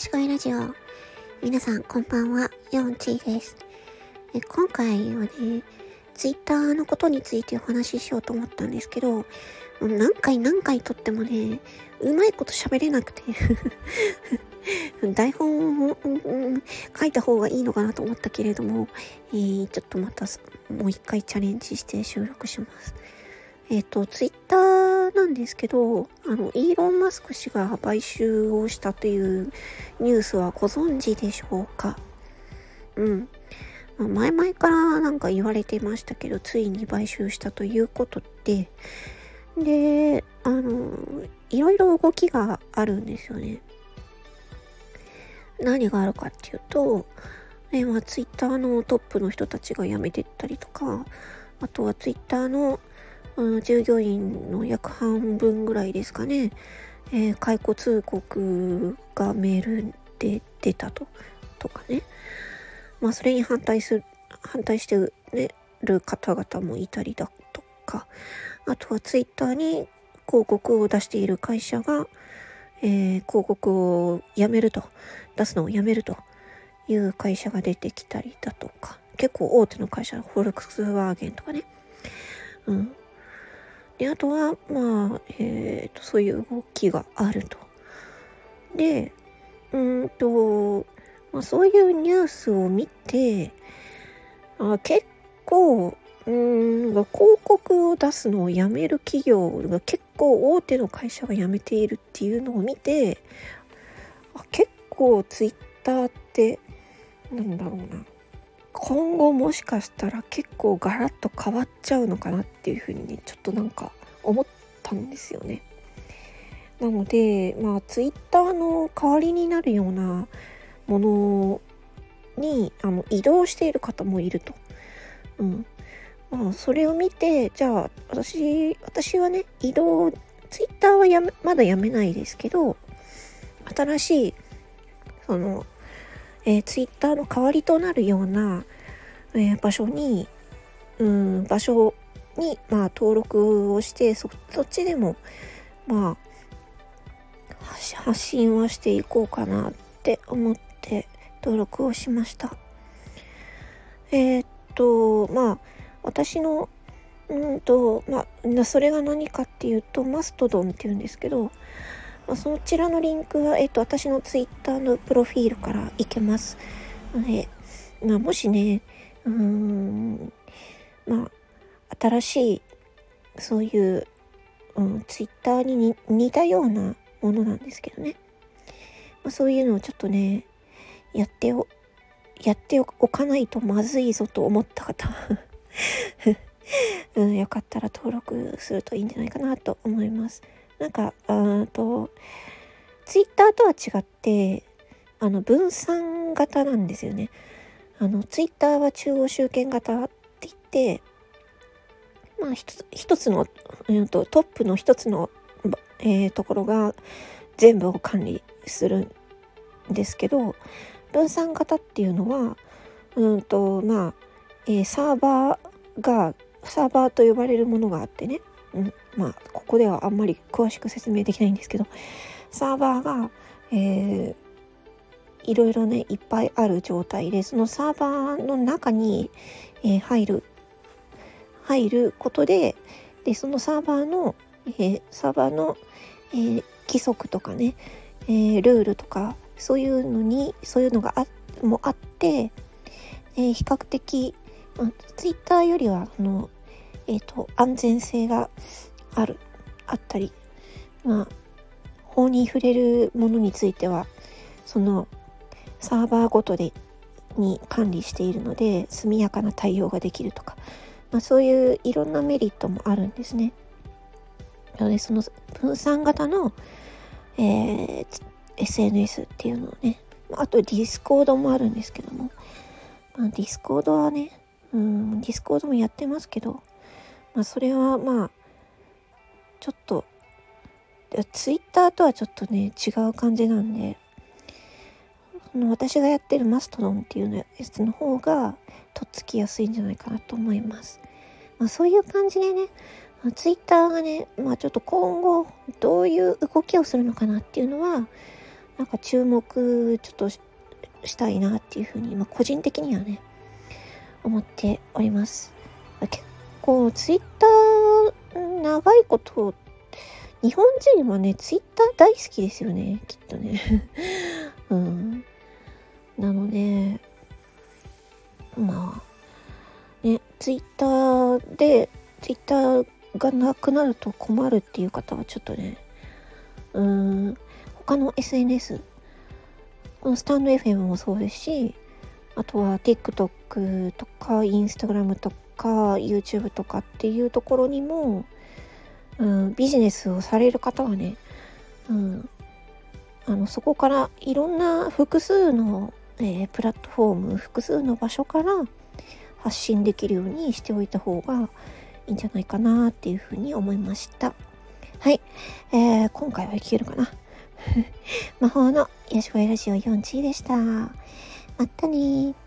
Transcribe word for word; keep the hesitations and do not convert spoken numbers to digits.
し恋ラジオ。皆さんこんばんは、ヨンチーです。え今回はね、ツイッターのことについてお話ししようと思ったんですけど、もう何回何回撮ってもね、うまいこと喋れなくて台本を、うんうん、書いた方がいいのかなと思ったけれども、えー、ちょっとまたもう一回チャレンジして収録します。えっと、ツイッターなんですけど、あの、イーロン・マスク氏が買収をしたというニュースはご存知でしょうか？うん。まあ、前々からなんか言われてましたけど、ついに買収したということで、で、あの、いろいろ動きがあるんですよね。何があるかっていうと、えまあ、ツイッターのトップの人たちが辞めてったりとか、あとはツイッターのうん、従業員の約半分ぐらいですかね、えー、解雇通告がメールで出たととかね、まあそれに反対する反対してる方々もいたりだとか、あとはツイッターに広告を出している会社が、えー、広告をやめると出すのをやめるという会社が出てきたりだとか、結構大手の会社、フォルクスワーゲンとかね、うんで、あとは、まあ、えーと、そういう動きがあると。で、うーんと、まあ、そういうニュースを見て、あ結構、うーん、広告を出すのをやめる企業が結構大手の会社が辞めているっていうのを見て、あ結構ツイッターって、なんだろうな。今後もしかしたら結構ガラッと変わっちゃうのかなっていうふうにね、ちょっとなんか思ったんですよね。なので、まあツイッターの代わりになるようなものにあの移動している方もいると。うん。まあそれを見て、じゃあ私、私はね、移動、ツイッターはやめ、まだやめないですけど、新しい、その、えー、ツイッターの代わりとなるような、えー、場所に、うん、場所に、まあ、登録をしてそ、そっちでも、まあ、発信はしていこうかなって思って登録をしました。えー、っと、まあ、私の、うんと、まあ、それが何かっていうと、マストドンっていうんですけど、まあ、そちらのリンクは、えっと、私のツイッターのプロフィールから行けます。で、まあ、もしね、うーん、まあ、新しい、そういう、うん、ツイッターに似たようなものなんですけどね。まあ、そういうのをちょっとね、やってお、やっておかないとまずいぞと思った方、うん、よかったら登録するといいんじゃないかなと思います。なんか、あと、ツイッターとは違って、あの、分散型なんですよね。あの、ツイッターは中央集権型って言って、まあ、一つ、一つの、えーと、トップの一つの、えー、ところが全部を管理するんですけど、分散型っていうのは、うんと、まあ、えー、サーバーが、サーバーと呼ばれるものがあってね、うん、まあ、ここではあんまり詳しく説明できないんですけど、サーバーが、えー、いろいろね、いっぱいある状態で、そのサーバーの中に、えー、入る、入ることで、で、そのサーバーの、えー、サーバーの、えー、規則とかね、えー、ルールとか、そういうのに、そういうのがあもあって、えー、比較的、ツイッターよりは、あの、えっと、安全性がある、あったり、まあ、法に触れるものについては、その、サーバーごとで、に管理しているので、速やかな対応ができるとか、まあ、そういういろんなメリットもあるんですね。なので、その分散型の、えー、エスエヌエス っていうのをね、あとディスコードもあるんですけども、まあ、ディスコードはね、うん、ディスコードもやってますけど、まあ、それはまあ、ちょっと、ツイッターとはちょっとね、違う感じなんで、私がやってるマストドンっていうやつの方がとっつきやすいんじゃないかなと思います。まあ、そういう感じでね、ツイッターがね、まあちょっと今後どういう動きをするのかなっていうのは、 なんか注目ちょっと し, したいなっていうふうに、まあ、個人的にはね思っております。結構ツイッター長いこと日本人はねツイッター大好きですよね、きっとねうんなのでまあねツイッターでツイッターがなくなると困るっていう方はちょっとねうーん他の エスエヌエス このスタンド エフエム もそうですし、あとは TikTok とか Instagram とか YouTube とかっていうところにも、うん、ビジネスをされる方はね、うん、あのそこからいろんな複数の、えー、プラットフォーム複数の場所から発信できるようにしておいた方がいいんじゃないかなっていうふうに思いました。はい、えー、今回はいけるかな魔法のよしこいラジオよんちでした。またねー。